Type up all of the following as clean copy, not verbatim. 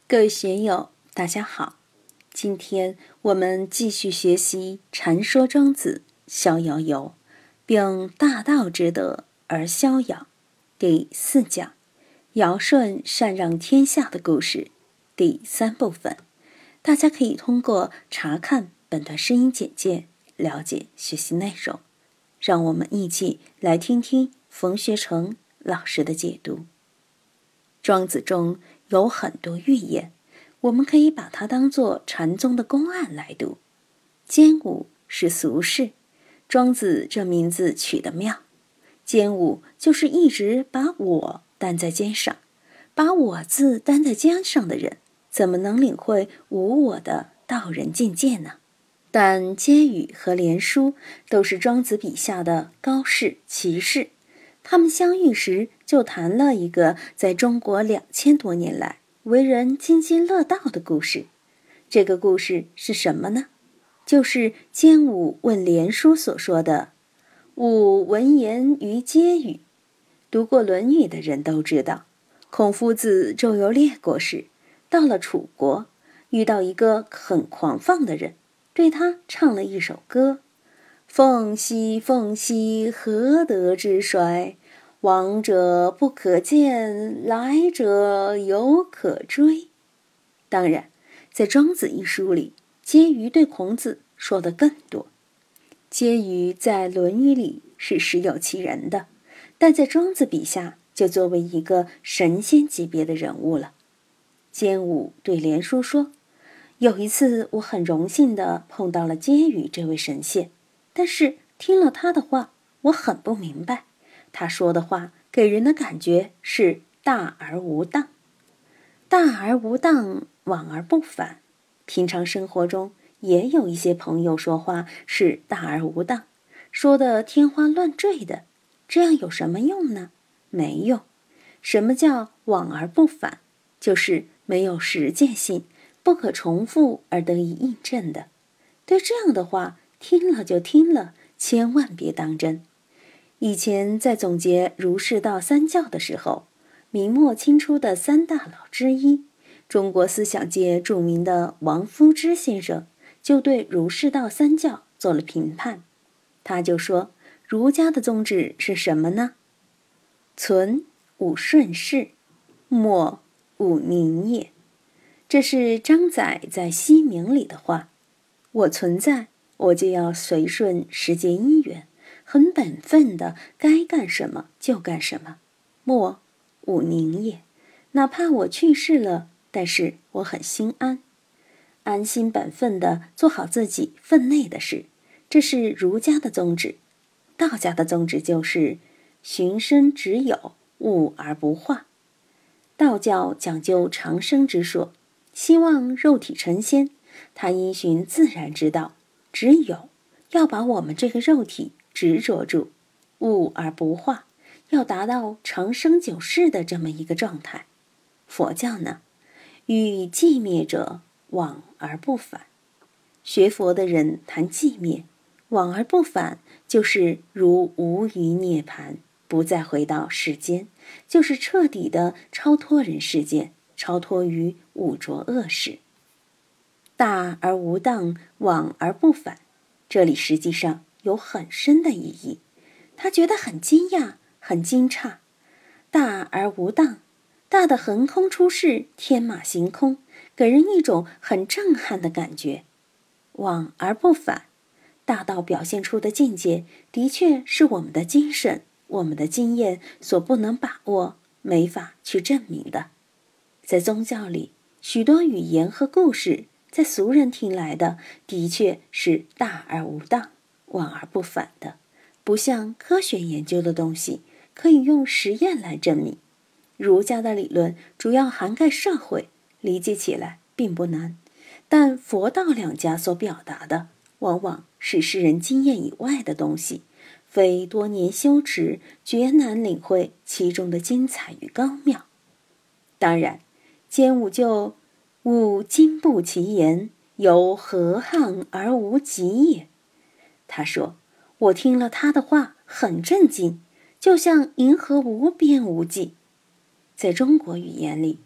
各位学友，大家好。今天我们继续学习《禅说庄子逍遥游》，并大道之德而逍遥第4讲，尧舜禅让天下的故事第3部分。大家可以通过查看本段声音简介了解学习内容。让我们一起来听听冯学成老师的解读。庄子中有很多寓言，我们可以把它当作禅宗的公案来读。坚吾是俗事，庄子这名字取得妙。坚吾就是一直把我担在肩上，把我字担在肩上的人，怎么能领会无我的道人境界呢？但接语和连书都是庄子笔下的高士奇士，他们相遇时就谈了一个在中国2000多年来为人津津乐道的故事。这个故事是什么呢？就是坚吾问连书所说的吾闻言于接语。读过《论语》的人都知道，孔夫子周游列国时，到了楚国，遇到一个很狂放的人，对他唱了一首歌：凤兮凤兮，何德之衰？往者不可见，来者犹可追。当然，在《庄子》一书里，婕妤对孔子说的更多。婕妤在《论语》里是实有其人的，但在庄子笔下就作为一个神仙级别的人物了。坚吾对连书说，有一次我很荣幸地碰到了婕妤这位神仙，但是听了他的话，我很不明白。他说的话给人的感觉是大而无当。大而无当，往而不返。平常生活中也有一些朋友说话是大而无当，说的天花乱坠的，这样有什么用呢？没用。什么叫往而不返？就是没有实践性，不可重复而得以印证的。对这样的话，听了就听了，千万别当真。以前在总结儒释道三教的时候，明末清初的3大佬之一，中国思想界著名的王夫之先生，就对儒释道三教做了评判。他就说，儒家的宗旨是什么呢？存吾顺势，默吾宁也。这是张载在《西冥》里的话。我存在，我就要随顺世界因缘，很本分的该干什么就干什么。默吾宁也，哪怕我去世了，但是我很心安，安心本分的做好自己分内的事。这是儒家的宗旨。道家的宗旨就是循声直有，悟而不化。道教讲究长生之说，希望肉体成仙，他依循自然之道，只有要把我们这个肉体执着住，悟而不化，要达到长生久世的这么一个状态。佛教呢，欲寂灭者，往而不返。学佛的人谈寂灭，往而不返，就是如无余涅槃，不再回到世间，就是彻底的超脱人世间，超脱于污浊恶事。大而无当，往而不返，这里实际上有很深的意义。他觉得很惊讶，很惊诧。大而无当，大的横空出世，天马行空，给人一种很震撼的感觉。往而不返，大道表现出的境界，的确是我们的精神、我们的经验所不能把握、没法去证明的。在宗教里，许多语言和故事，在俗人听来的确是大而无当，往而不返的，不像科学研究的东西，可以用实验来证明。儒家的理论主要涵盖社会，理解起来并不难，但佛道两家所表达的，往往是世人经验以外的东西，非多年修持，绝难领会其中的精彩与高妙。当然，坚吾就吾今不其言，犹何憾而无极也。他说，我听了他的话很震惊，就像银河无边无际。在中国语言里，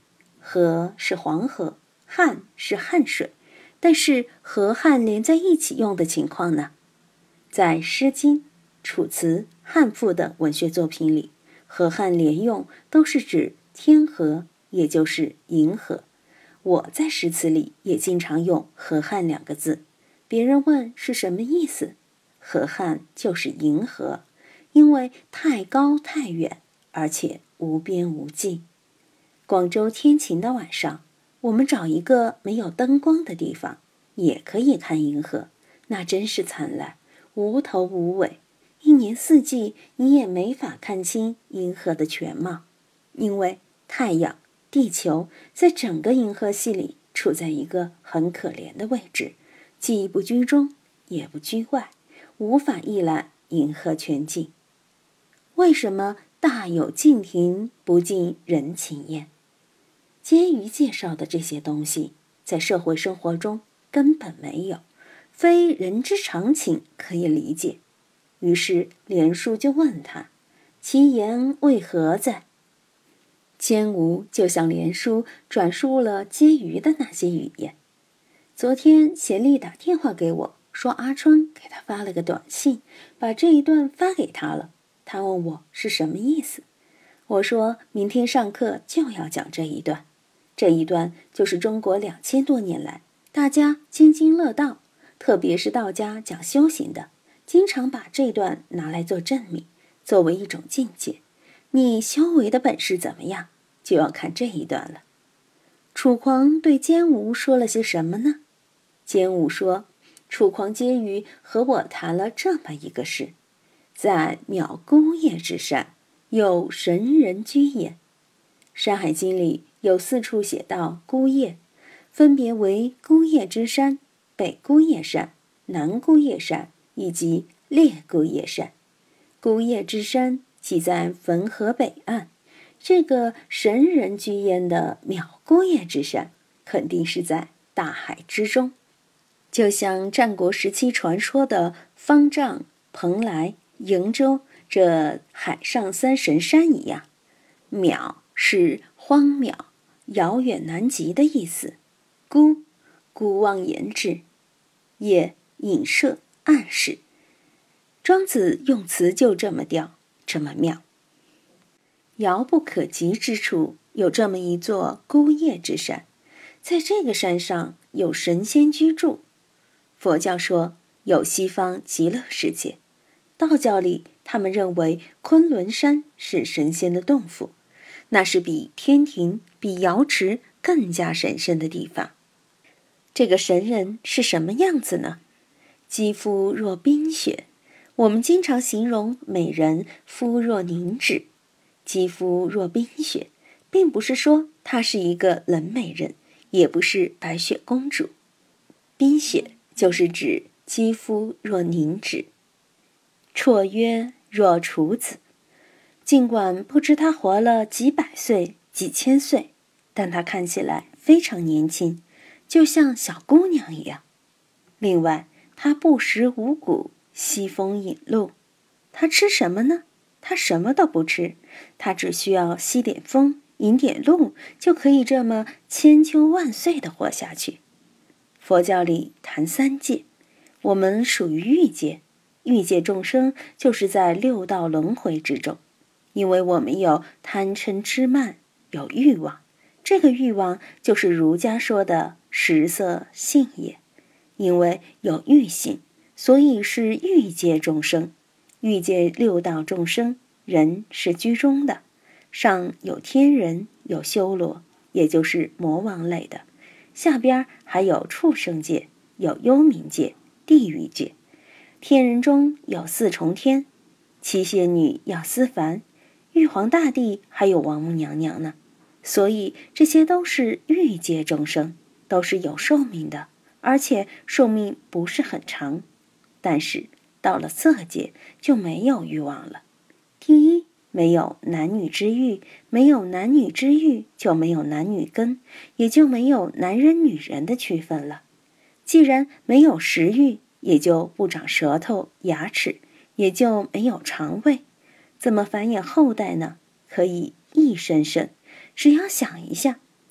河是黄河，汉是汉水，但是河汉连在一起用的情况呢？在《诗经》、楚辞、汉赋等文学作品里，河汉连用都是指天河，也就是银河。我在诗词里也经常用河汉2个字，别人问是什么意思，河汉就是银河，因为太高太远，而且无边无际。广州天晴的晚上，我们找一个没有灯光的地方，也可以看银河，那真是灿烂，无头无尾，一年四季你也没法看清银河的全貌，因为太阳、地球在整个银河系里处在一个很可怜的位置，既不居中，也不居外，无法一览银河全景。为什么大有敬亭，不尽人情宴？婕妤介绍的这些东西，在社会生活中根本没有，非人之常情可以理解。于是连叔就问他，其言为何哉？监吾就向连叔转述了婕妤的那些语言。昨天贤丽打电话给我，说阿春给他发了个短信，把这一段发给他了。他问我是什么意思，我说明天上课就要讲这一段。这一段就是中国2000多年来大家津津乐道，特别是道家讲修行的，经常把这段拿来做证明，作为一种境界。你修为的本事怎么样，就要看这一段了。楚狂对监吾说了些什么呢？监吾说，楚狂婕妤和我谈了这么一个事，在渺孤叶之山，有神人居焉。山海经里有4处写到孤叶，分别为孤叶之山、北孤叶山、南孤叶山以及列孤叶山。孤叶之山即在汾河北岸，这个神人居焉的渺孤叶之山肯定是在大海之中，就像战国时期传说的方丈、蓬莱、瀛洲这海上3神山一样。渺是荒渺、遥远难及的意思，孤妄言之，也影射暗示。庄子用词就这么调，这么妙。遥不可及之处有这么一座孤叶之山，在这个山上有神仙居住。佛教说有西方极乐世界，道教里他们认为昆仑山是神仙的洞府，那是比天庭、比瑶池更加神圣的地方。这个神人是什么样子呢？肌肤若冰雪，我们经常形容美人肤若凝脂。肌肤若冰雪，并不是说她是一个冷美人，也不是白雪公主。冰雪就是指肌肤若凝脂。绰约若处子，尽管不知她活了几百岁、几千岁，但她看起来非常年轻，就像小姑娘一样。另外，她不食五谷，吸风饮露。她吃什么呢？她什么都不吃，她只需要吸点风，饮点露，就可以这么千秋万岁地活下去。佛教里谈3界，我们属于欲界。欲界众生就是在6道轮回之中，因为我们有贪嗔痴慢，有欲望，这个欲望就是儒家说的食色性也。因为有欲性，所以是欲界众生。欲界6道众生，人是居中的，上有天人，有修罗，也就是魔王类的，下边还有畜生界，有幽冥界、地狱界。天人中有4重天，七仙女要思凡，玉皇大帝还有王母娘娘呢。所以这些都是欲界众生，都是有寿命的，而且寿命不是很长。但是到了色界就没有欲望了。第一，没有男女之欲，没有男女之欲就没有男女根，也就没有男人女人的区分了。既然没有食欲，也就不长舌头、牙齿，也就没有肠胃，怎么繁衍后代呢？可以一生生，只要想一下，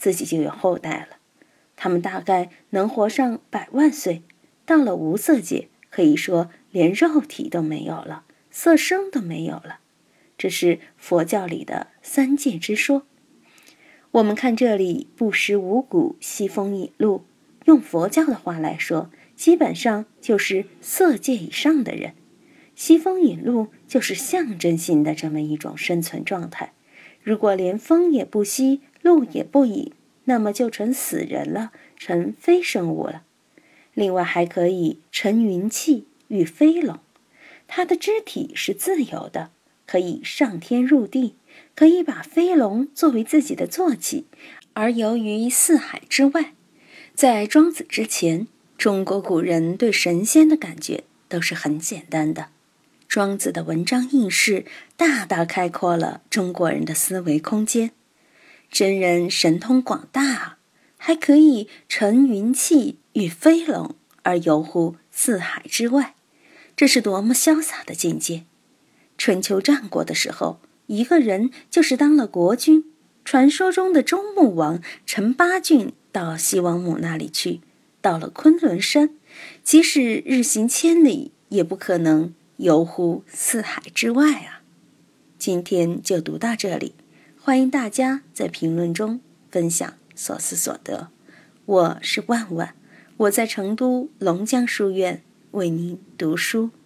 自己就有后代了。他们大概能活上100万岁，到了无色界，可以说连肉体都没有了，色声都没有了。这是佛教里的3界之说。我们看这里不食五谷，西风饮露，用佛教的话来说，基本上就是色界以上的人。西风饮露就是象征性的这么一种生存状态。如果连风也不吸，露也不饮，那么就成死人了，成非生物了。另外还可以乘云气，御飞龙。它的肢体是自由的，可以上天入地，可以把飞龙作为自己的坐骑，而游于四海之外。在庄子之前，中国古人对神仙的感觉都是很简单的。庄子的文章轶事大大开阔了中国人的思维空间。真人神通广大啊，还可以乘云气，御飞龙，而游乎四海之外。这是多么潇洒的境界！春秋战国的时候，一个人就是当了国君。传说中的周穆王乘8郡到西王母那里去，到了昆仑山，即使日行千里，也不可能游乎四海之外啊！今天就读到这里，欢迎大家在评论中分享所思所得。我是万万，我在成都龙江书院为您读书。